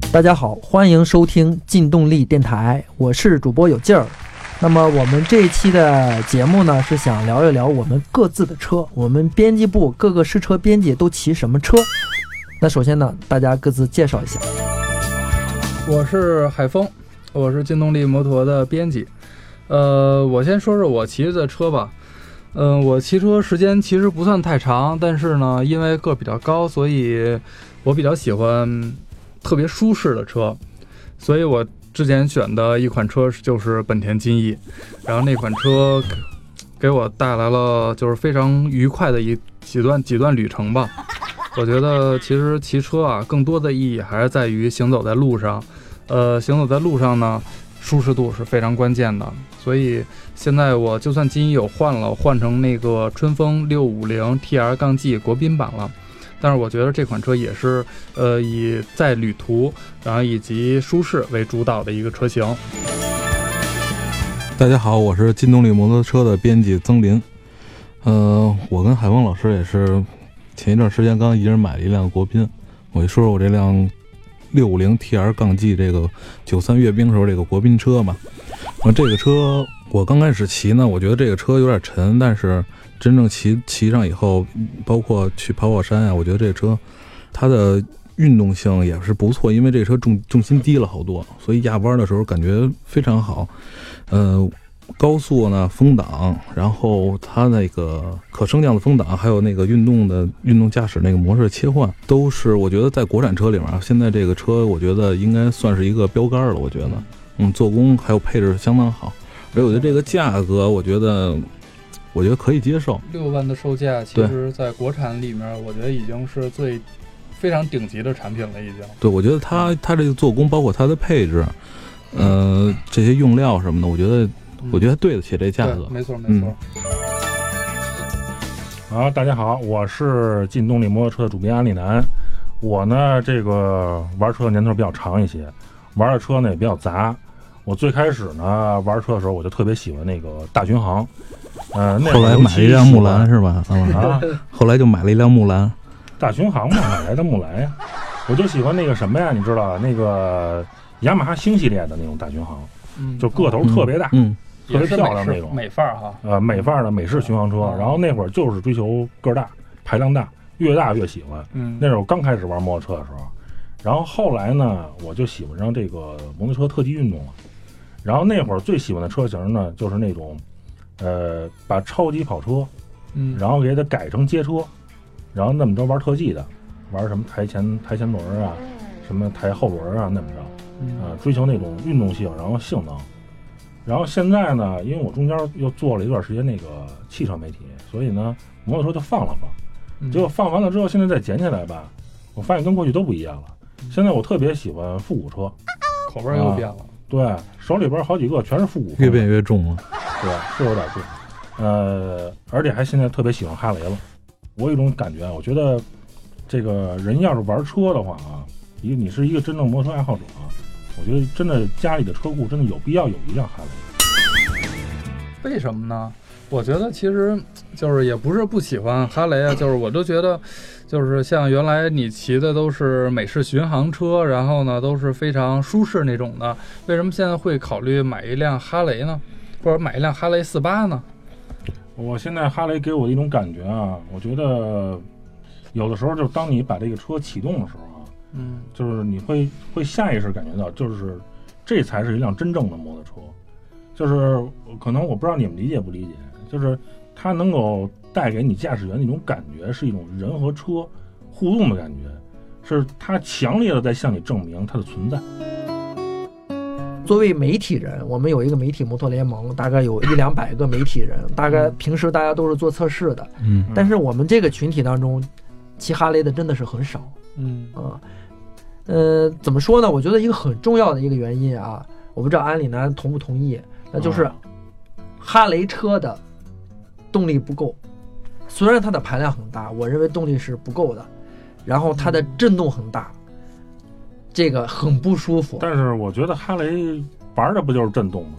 大家好，欢迎收听劲动力电台，我是主播有劲儿。那么我们这一期的节目呢，是想聊一聊我们各自的车，我们编辑部各个试车编辑都骑什么车。那首先呢，大家各自介绍一下。 我是海峰，我是劲动力摩托的编辑。我先说说我骑的车吧。我骑车时间其实不算太长，但是呢，因为个儿比较高，所以我比较喜欢特别舒适的车，所以我之前选的一款车就是本田金翼，然后那款车给我带来了就是非常愉快的几段旅程吧。我觉得其实骑车啊，更多的意义还是在于行走在路上。行走在路上呢，舒适度是非常关键的。所以现在我就算金翼有换成那个春风650 TR-G 国宾版了，但是我觉得这款车也是以在旅途然后以及舒适为主导的一个车型。 大家好，我是劲动力摩托车的编辑曾林。我跟海峰老师也是前一段时间刚一人买了一辆国宾，我就说说我这辆650 TR-G 这个93阅兵时候这个国宾车吧。这个车我刚开始骑呢，我觉得这个车有点沉，但是真正骑上以后，包括去跑山啊，我觉得这个车它的运动性也是不错，因为这个车重心低了好多，所以压弯的时候感觉非常好。高速呢风挡，然后它那个可升降的风挡，还有那个运动驾驶那个模式切换，都是我觉得在国产车里面现在这个车我觉得应该算是一个标杆了。我觉得做工还有配置相当好，而且我觉得这个价格我觉得可以接受。 6万的售价其实在国产里面我觉得已经是非常顶级的产品了已经。 对，我觉得它这个做工包括它的配置这些用料什么的，我觉得对得起这价格。 没错。 好，大家好，我是劲动力摩托车的主编安利南。我呢这个玩车的年头比较长一些，玩的车呢也比较杂。我最开始呢玩车的时候，我就特别喜欢那个大巡航。 后来买了一辆木兰是吧？后来就买了一辆木兰。 大巡航嘛，哪来的木兰呀？我就喜欢那个什么呀，你知道那个雅马哈星系列的那种大巡航，就个头特别大，特别漂亮那种美范儿哈。 美范儿的美式巡航车。然后那会儿就是追求个大、排量大，越大越喜欢。那时候刚开始玩摩托车的时候，然后后来呢，我就喜欢上这个摩托车特技运动了。然后那会儿最喜欢的车型呢，就是那种，把超级跑车，然后给它改成街车，然后那么着玩特技的，玩什么抬前轮啊，什么抬后轮啊，那么着，追求那种运动性，然后性能。然后现在呢，因为我中间又做了一段时间那个汽车媒体，所以呢，摩托车就放了放。结果放完了之后，现在再捡起来吧，我发现跟过去都不一样了。现在我特别喜欢复古车， 口味又变了。 对，手里边好几个全是复古， 越变越重了。 对，是有点重。而且还现在特别喜欢哈雷了。我有一种感觉，我觉得这个人要是玩车的话啊，你是一个真正摩托车爱好者啊，我觉得真的家里的车库真的有必要有一辆哈雷。 为什么呢？我觉得其实就是也不是不喜欢哈雷啊，就是我都觉得就是像原来你骑的都是美式巡航车，然后呢都是非常舒适那种的，为什么现在会考虑买一辆哈雷呢？或者买一辆哈雷48呢？ 我现在哈雷给我的一种感觉啊，我觉得有的时候就是当你把这个车启动的时候啊，就是你会下意识感觉到，就是这才是一辆真正的摩托车。就是可能我不知道你们理解不理解，就是它能够带给你驾驶员的一种感觉，是一种人和车互动的感觉，是它强烈的在向你证明它的存在。 作为媒体人，我们有一个媒体摩托联盟，大概有100-200个媒体人，大概平时大家都是做测试的，但是我们这个群体当中骑哈雷的真的是很少。怎么说呢？我觉得一个很重要的一个原因啊，我不知道安里南同不同意，那就是哈雷车的动力不够。虽然它的排量很大，我认为动力是不够的，然后它的震动很大，这个很不舒服。 但是我觉得哈雷玩的不就是震动吗？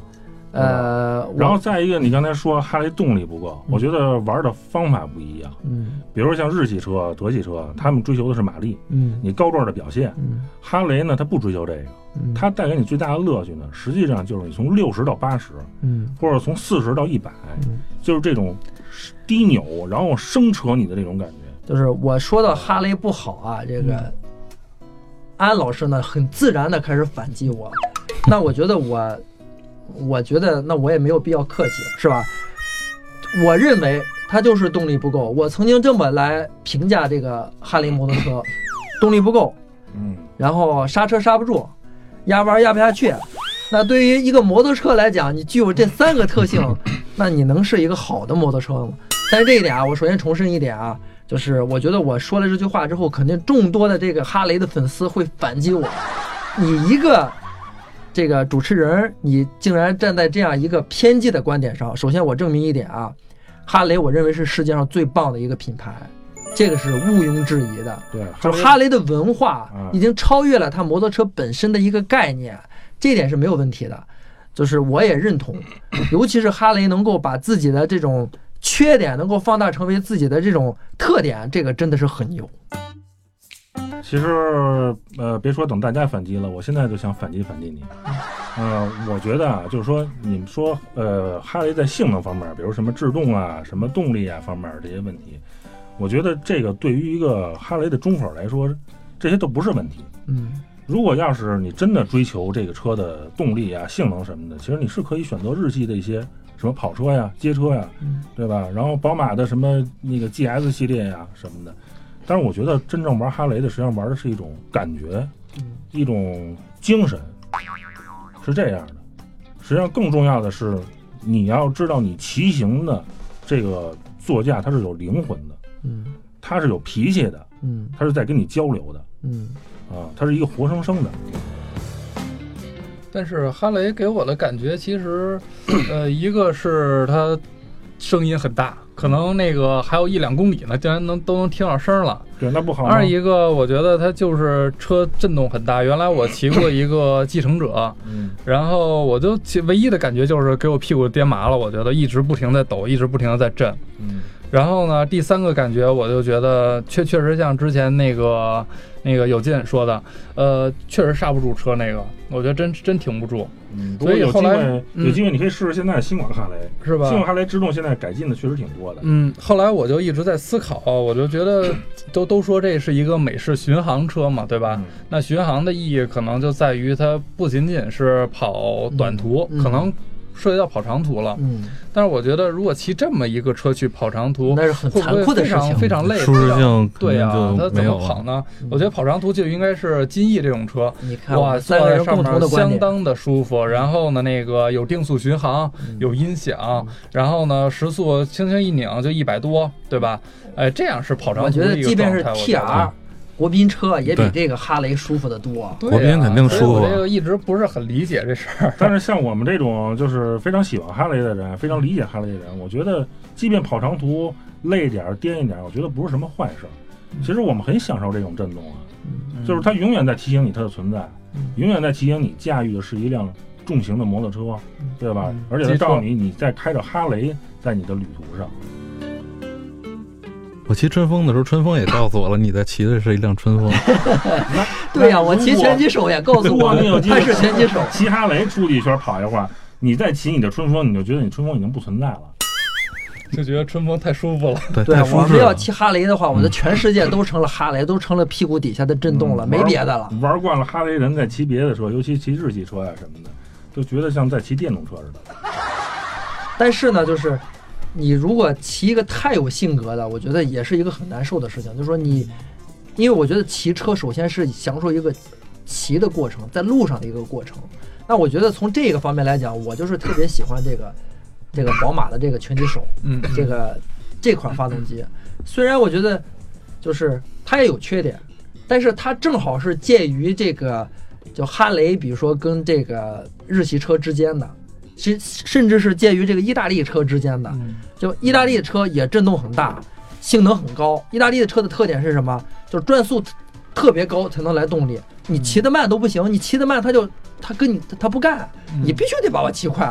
然后再一个，你刚才说哈雷动力不够，我觉得玩的方法不一样。比如说像日系车、德系车，他们追求的是马力，你高转的表现。哈雷呢，它不追求这个，它带给你最大的乐趣呢，实际上就是你从60到80，或者从40到100，就是这种低扭然后生扯你的这种感觉。 就是我说到哈雷不好啊，这个安老师呢很自然的开始反击我，那我觉得我觉得那我也没有必要客气，是吧？我认为它就是动力不够。我曾经这么来评价这个哈雷摩托车，动力不够，然后刹车刹不住，压弯压不下去。那对于一个摩托车来讲，你具有这3个特性，那你能是一个好的摩托车吗？但是这一点啊，我首先重申一点啊，就是我觉得我说了这句话之后，肯定众多的这个哈雷的粉丝会反击我。你一个这个主持人，你竟然站在这样一个偏激的观点上。首先我证明一点啊，哈雷我认为是世界上最棒的一个品牌，这个是毋庸置疑的。 对， 就是哈雷的文化已经超越了它摩托车本身的一个概念，这点是没有问题的，就是我也认同。尤其是哈雷能够把自己的这种缺点能够放大成为自己的这种特点，这个真的是很牛。 其实别说等大家反击了，我现在就想反击你。我觉得啊，就是说你们说哈雷在性能方面，比如什么制动啊、什么动力啊方面这些问题，我觉得这个对于一个哈雷的忠粉来说，这些都不是问题。如果要是你真的追求这个车的动力啊、性能什么的，其实你是可以选择日系的一些什么跑车呀、街车呀，对吧？然后宝马的什么那个 GS 系列呀什么的。但是我觉得真正玩哈雷的，实际上玩的是一种感觉，一种精神，是这样的。实际上更重要的是，你要知道你骑行的这个座驾它是有灵魂的，它是有脾气的，它是在跟你交流的，它是一个活生生的。 但是哈雷给我的感觉其实，一个是它声音很大，可能那个还有1-2公里呢，竟然都能听到声了。 对，那不好吗？ 二一个，我觉得它就是车震动很大。原来我骑过一个继承者，然后我就唯一的感觉就是给我屁股颠麻了，我觉得一直不停在抖，一直不停的在震。然后呢，第3个感觉我就觉得确实像之前那个有劲说的，确实刹不住车那个，我觉得真挺不住。 所以后来有机会你可以试试现在新款哈雷， 是吧？ 新款哈雷制动现在改进的确实挺多的。 后来我就一直在思考，我就觉得都说这是一个美式巡航车嘛，对吧？那巡航的意义可能就在于它不仅仅是跑短途，可能涉及到跑长途了。但是我觉得如果骑这么一个车去跑长途， 那是很残酷的事情， 非常累， 舒适性对啊，它怎么跑呢？我觉得跑长途就应该是金翼这种车，哇，坐在上面相当的舒服。然后呢，那个有定速巡航，有音响，然后呢时速轻轻一拧就100多，对吧？这样是跑长途的一个状态。 我觉得即便是 TR。国宾车也比这个哈雷舒服的多， 国宾肯定舒服。 我这个一直不是很理解这事儿。 但是像我们这种就是非常喜欢哈雷的人，非常理解哈雷的人，我觉得即便跑长途累一点、颠一点，我觉得不是什么坏事。其实我们很享受这种震动啊，就是它永远在提醒你它的存在，永远在提醒你驾驭的是一辆重型的摩托车，对吧？而且它告诉你在开着哈雷在你的旅途上。 我骑春风的时候，春风也告诉我了，你在骑的是一辆春风。 对呀，我骑拳击手也告诉我，他是拳击手。 骑哈雷出去一圈跑一会儿，你再骑你的春风，你就觉得你春风已经不存在了， 就觉得春风太舒服了。 对，我们要骑哈雷的话，我的全世界都成了哈雷，都成了屁股底下的震动了，没别的了。 玩惯了哈雷人在骑别的车，尤其骑日系车呀什么的，就觉得像在骑电动车似的。 但是呢，就是你如果骑一个太有性格的，我觉得也是一个很难受的事情。就是说你，因为我觉得骑车首先是享受一个骑的过程，在路上的一个过程。那我觉得从这个方面来讲，我就是特别喜欢这个宝马的这个拳击手，这款发动机。虽然我觉得就是它也有缺点，但是它正好是介于这个就哈雷，比如说跟这个日系车之间的。甚至是介于这个意大利车之间的，就意大利的车也震动很大，性能很高。意大利的车的特点是什么？就是转速特别高才能来动力，你骑得慢都不行，你骑得慢它不干，你必须得把我骑快了，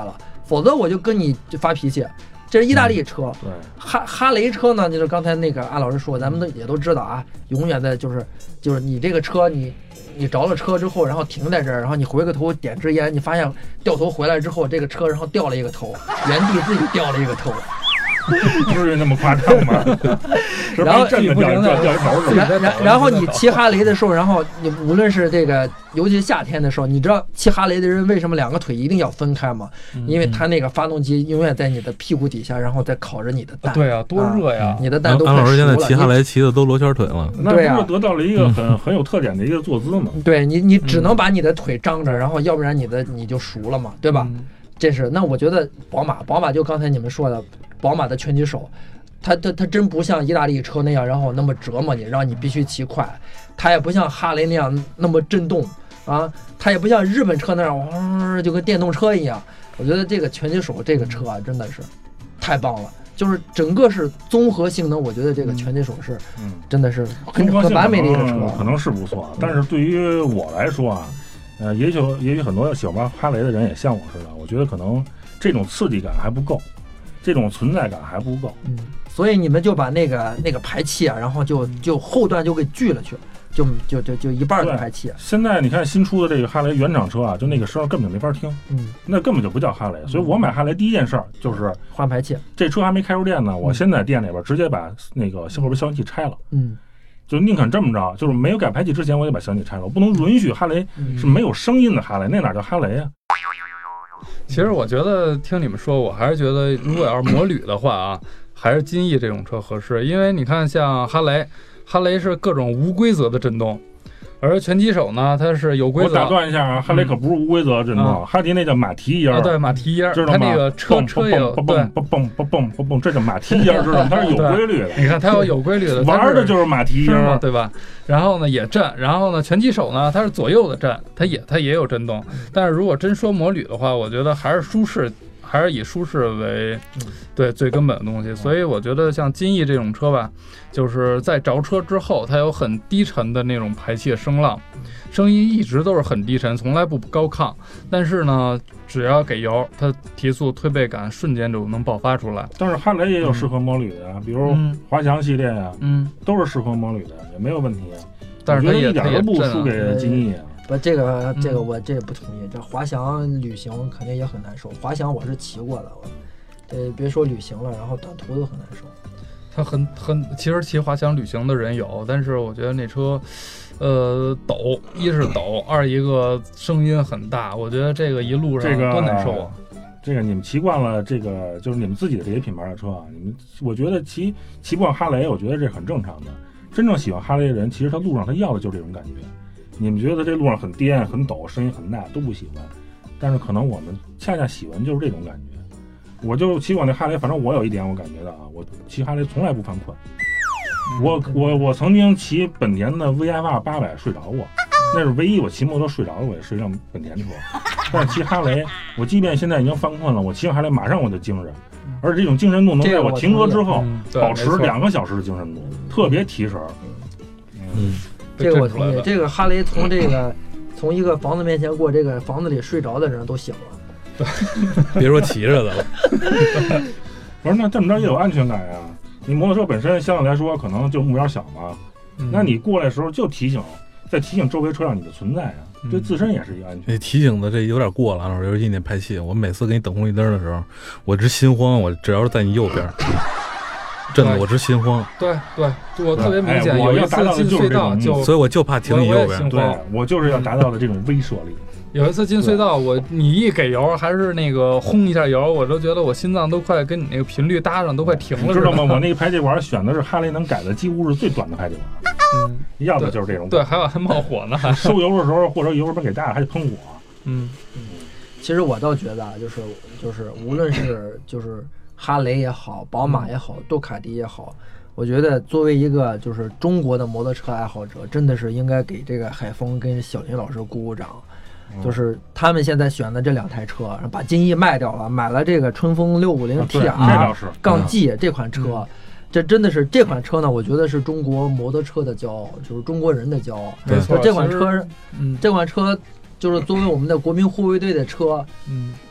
否则我就跟你就发脾气。这是意大利车， 对， 哈雷车呢，就是刚才那个安老师说，咱们也都知道啊，永远的就是你这个车你着了车之后，然后停在这儿，然后你回个头点支烟，你发现掉头回来之后，这个车然后掉了一个头，原地自己掉了一个头。 至于那么夸张吗？ 然后真的掉头然后你骑哈雷的时候，然后你无论是这个，尤其是夏天的时候，你知道骑哈雷的人为什么两个腿一定要分开吗？因为他那个发动机永远在你的屁股底下，然后再烤着你的蛋。 对啊，多热呀！ 你的蛋都快熟了。 安老师现在骑哈雷骑的都罗圈腿了， 那不是得到了一个很有特点的一个坐姿嘛？ 对你只能把你的腿张着，然后要不然你就熟了嘛，对吧？这是那我觉得宝马就刚才你们说的，宝马的拳击手。它真不像意大利车那样，然后那么折磨你，让你必须骑快。它也不像哈雷那样那么震动啊，它也不像日本车那样就跟电动车一样。我觉得这个拳击手这个车啊，真的是太棒了，就是整个是综合性能。我觉得这个拳击手是，真的是很完美的一个车， 可能是不错。但是对于我来说啊，也许很多喜欢哈雷的人也像我似的，我觉得可能这种刺激感还不够，这种存在感还不够。 所以你们就把那个排气啊，然后就后段就给锯了去，就一半的排气。 现在你看新出的这个哈雷原厂车啊，就那个声根本就没法听，那根本就不叫哈雷。所以我买哈雷第一件事就是换排气。 这车还没开出店呢，我先在店里边直接把那个后边消音器拆了。就宁肯这么着，就是没有改排气之前，我得把消音器拆了，我不能允许哈雷是没有声音的哈雷，那哪叫哈雷啊？ 其实我觉得听你们说，我还是觉得如果要是摩旅的话啊。还是金翼这种车合适，因为你看像哈雷是各种无规则的震动，而拳击手呢它是有规则。 我打断一下啊，哈雷可不是无规则的震动，哈迪那叫马蹄音。 对，马蹄音， 知道吗？ 它那个车也有蹦，这叫马蹄音，知道吗？它是有规律的。 你看它有规律的， 玩的就是马蹄音嘛，对吧？然后呢也震，然后呢拳击手呢它是左右的震，它也有震动。但是如果真说摩旅的话，我觉得还是舒适。还是以舒适为对最根本的东西，所以我觉得像金翼这种车吧，就是在着车之后，它有很低沉的那种排气声浪，声音一直都是很低沉，从来不高亢。但是呢，只要给油，它提速推背感瞬间就能爆发出来。 但是哈雷也有适合摩旅的呀，比如滑翔系列呀，都是适合摩旅的，也没有问题。 但是它一点都不输给金翼啊。 不，这个我这不同意。这滑翔旅行肯定也很难受。滑翔我是骑过的，别说旅行了，然后短途都很难受。 它其实骑滑翔旅行的人有，但是我觉得那车，抖，一是抖，二一个声音很大，我觉得这个一路上多难受啊。 这个你们骑惯了，这个就是你们自己的这些品牌的车啊，我觉得骑不惯哈雷，我觉得这很正常的。真正喜欢哈雷的人，其实他路上他要的就是这种感觉。你们觉得这路上很颠很抖，声音很大都不喜欢，但是可能我们恰恰喜欢就是这种感觉。我就骑我那哈雷，反正我有一点我感觉到啊，我骑哈雷从来不犯困。我曾经骑本田的 VF 800睡着过，那是唯一我骑摩托睡着的，我也是一辆本田车。但是骑哈雷，我即便现在已经犯困了，我骑上哈雷马上我就精神，而且这种精神度能在我停车之后保持2个小时的精神度，特别提神。 这个我同意。这个哈雷从一个房子面前过，这个房子里睡着的人都醒了。 别说骑着的了。 不是，那这么着也有安全感呀。你摩托车本身相对来说可能就目标小嘛，那你过来的时候就提醒周围车辆你的存在啊，对自身也是一个安全。 提醒的这有点过了，尤其那排气，我每次给你等红绿灯的时候，我直心慌，我只要是在你右边。真的，我直心慌。 对，我特别明显。有一次进隧道所以我就怕停你右边。 对，我就是要达到的这种威慑力。 有一次进隧道，你一给油，还是那个轰一下油，我都觉得我心脏都快跟你那个频率搭上，都快停了。 知道吗？我那个排气管选的是哈雷能改的几乎是最短的排气管。要的就是这种。 对，还冒火呢。 收油的时候或者油门给大了还得喷火。 其实我倒觉得啊，就是无论是就是哈雷也好，宝马也好，杜卡迪也好，我觉得作为一个就是中国的摩托车爱好者，真的是应该给这个海峰跟小林老师鼓鼓掌。就是他们现在选的这2台车，把金翼卖掉了，买了这个春风650 TR 杠 G 这款车。这真的是这款车呢，我觉得是中国摩托车的骄傲，就是中国人的骄傲。 没错， 这款车，这款车就是作为我们的国民护卫队的车，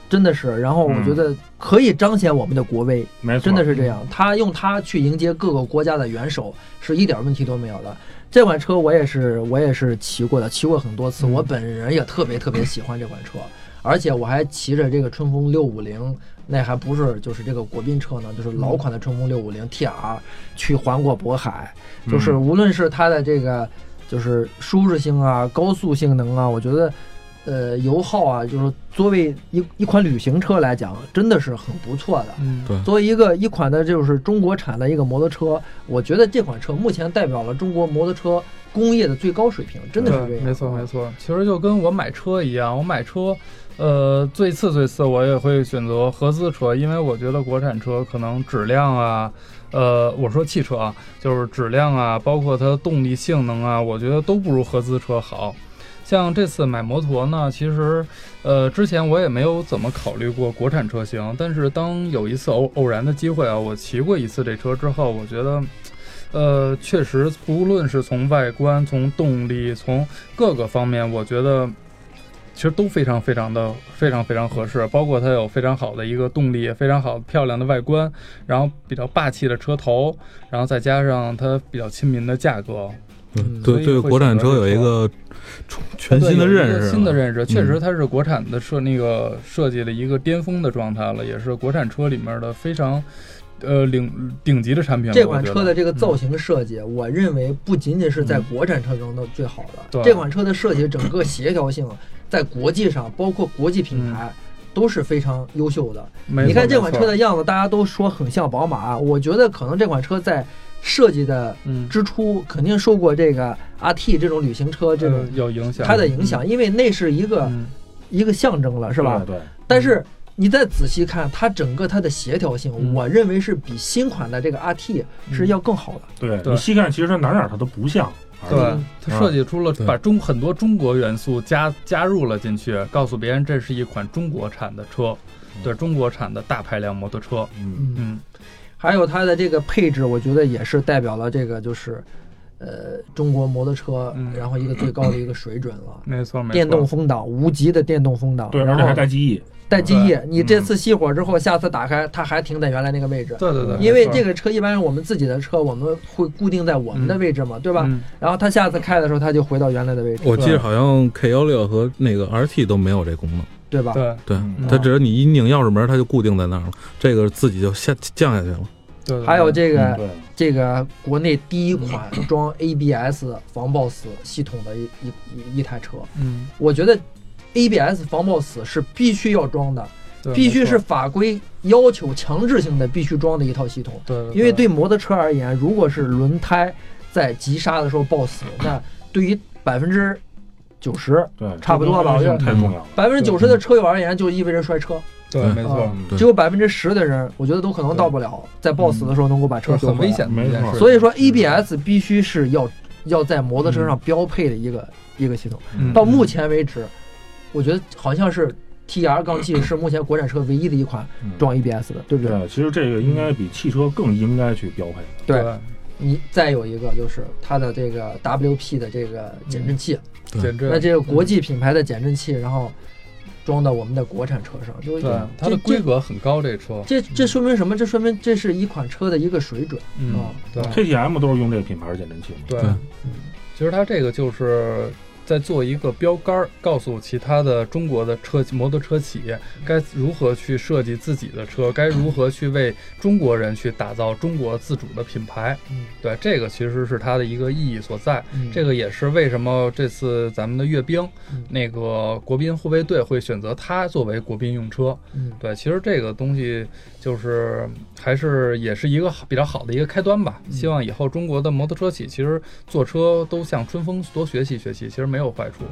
真的是，然后我觉得可以彰显我们的国威， 没错， 真的是这样。他用它去迎接各个国家的元首，是一点问题都没有的。这款车我也是骑过的，骑过很多次，我本人也特别喜欢这款车，而且我还骑着这个春风650，那还不是就是这个国宾车呢，就是老款的春风650 TR 去环过渤海，就是无论是它的这个就是舒适性啊、高速性能啊，我觉得。油耗啊，就是作为一款旅行车来讲，真的是很不错的。 对。 作为一款的就是中国产的一个摩托车，我觉得这款车目前代表了中国摩托车工业的最高水平，真的是这样。 没错。其实就跟我买车一样，我买车，最次我也会选择合资车，因为我觉得国产车可能质量啊。我说汽车啊，就是质量啊，包括它动力性能啊，我觉得都不如合资车好。像这次买摩托呢，其实，之前我也没有怎么考虑过国产车型，但是当有一次偶然的机会啊，我骑过一次这车之后，我觉得，确实不论是从外观、从动力、从各个方面，我觉得其实都非常合适，包括它有非常好的一个动力，非常好漂亮的外观，然后比较霸气的车头，然后再加上它比较亲民的价格。 对国产车有一个全新的认识， 确实它是国产的设计的一个巅峰的状态了，也是国产车里面的非常顶级的产品了。 这款车的这个造型设计，我认为不仅仅是在国产车中的最好的，这款车的设计整个协调性在国际上，包括国际品牌。都是非常优秀的。你看这款车的样子，大家都说很像宝马，我觉得可能这款车在设计的之初肯定受过这个 RT 这种旅行车这种有影响， 它的影响，因为那是一个象征了，是吧？ 对。 但是你再仔细看它整个它的协调性，我认为是比新款的这个 RT 是要更好的。 对，你细看，其实它哪它都不像。 对，它设计出了把很多中国元素加入了进去，告诉别人这是一款中国产的车，对，中国产的大排量摩托车。 还有它的这个配置，我觉得也是代表了这个就是中国摩托车然后一个最高的一个水准了。 没错， 电动风挡，无极的电动风挡， 对，而且还带记忆。 你这次熄火之后，下次打开它还停在原来那个位置。 对， 因为这个车一般我们自己的车，我们会固定在我们的位置嘛，对吧？然后它下次开的时候，它就回到原来的位置。 我记得好像 K16和那个 RT 都没有这功能， 对吧？ 对，它只是你一拧钥匙门，它就固定在那儿了，这个自己就降下去了。 对， 还有这个国内第一款装 ABS 防抱死系统的一台车。我觉得 ABS 防抱死是必须要装的，必须是法规要求强制性的必须装的一套系统。 对， 因为对摩托车而言，如果是轮胎在急刹的时候抱死，那对于90%，差不多吧， 太重要了。 90%的车友而言，就意味着摔车。 对，没错， 只有10%的人，我觉得都可能到不了，在抱死的时候能够把车救回来， 很危险的一件事。 所以说 ABS 必须是要在摩托车上标配的一个系统。到目前为止，我觉得好像是 TR 杠7是目前国产车唯一的一款装 ABS 的，对不对？ 对，其实这个应该比汽车更应该去标配的。 对，你再有一个就是它的这个 WP 的这个减震器，那这个国际品牌的减震器，然后装到我们的国产车上，就对它的规格很高。这车这说明什么？这说明这是一款车的一个水准。 对 ，KTM 都是用这个品牌的减震器嘛。 对，其实它这个就是在做一个标杆，告诉其他的中国的摩托车企业该如何去设计自己的车，该如何去为中国人去打造中国自主的品牌。对，这个其实是它的一个意义所在。这个也是为什么这次咱们的阅兵，那个国宾护卫队会选择它作为国宾用车。对，其实这个东西就是也是一个比较好的一个开端吧。希望以后中国的摩托车企其实做车都向春风多学习学习，其实没有坏处。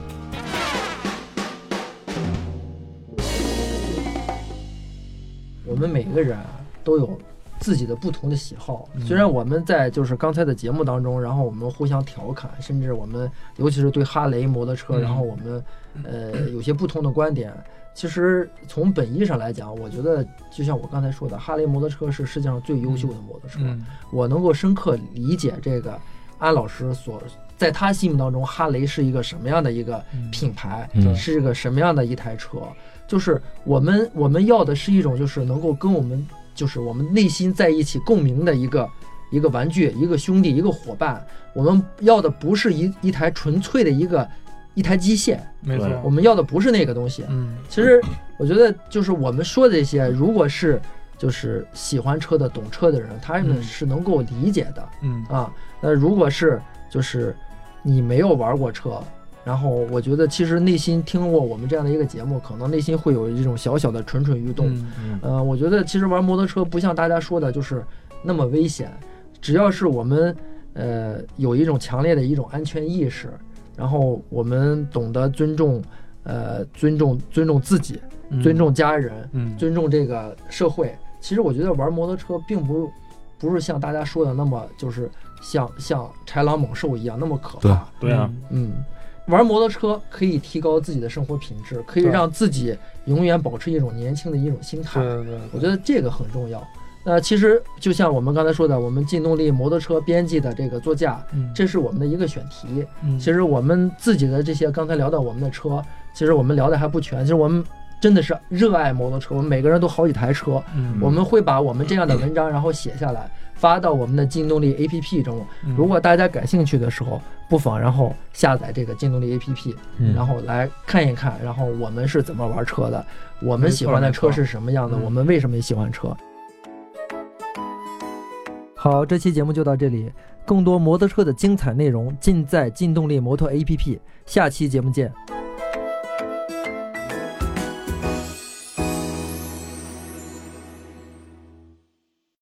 我们每个人都有自己的不同的喜好，虽然我们在就是刚才的节目当中，然后我们互相调侃，甚至我们尤其是对哈雷摩托车，然后我们有些不同的观点。其实从本意上来讲，我觉得就像我刚才说的，哈雷摩托车是世界上最优秀的摩托车。我能够深刻理解这个安老师在他心目当中，哈雷是一个什么样的一个品牌，是一个什么样的一台车。就是我们要的是一种就是能够跟我们就是我们内心在一起共鸣的一个玩具，一个兄弟，一个伙伴。我们要的不是一台纯粹的一台机械， 没错， 我们要的不是那个东西。其实我觉得就是我们说的这些，如果是就是喜欢车的、懂车的人，他们是能够理解的。那如果是就是你没有玩过车，然后我觉得其实内心听过我们这样的一个节目，可能内心会有一种小小的蠢蠢欲动。我觉得其实玩摩托车不像大家说的就是那么危险，只要是我们有一种强烈的一种安全意识，然后我们懂得尊重自己，尊重家人，尊重这个社会。其实我觉得玩摩托车并不是像大家说的那么就是像豺狼猛兽一样那么可怕。 对啊， 玩摩托车可以提高自己的生活品质，可以让自己永远保持一种年轻的一种心态。我觉得这个很重要。其实就像我们刚才说的，我们劲动力摩托车编辑的这个座驾，这是我们的一个选题。其实我们自己的这些刚才聊到我们的车，其实我们聊的还不全。其实我们真的是热爱摩托车，我们每个人都好几台车。我们会把我们这样的文章然后写下来发到我们的劲动力 APP 中。如果大家感兴趣的时候，不妨然后下载这个劲动力 APP，然后来看一看，然后我们是怎么玩车的，我们喜欢的车是什么样的，我们为什么喜欢车。好，这期节目就到这里，更多摩托车的精彩内容尽在劲动力摩托 APP，下期节目见。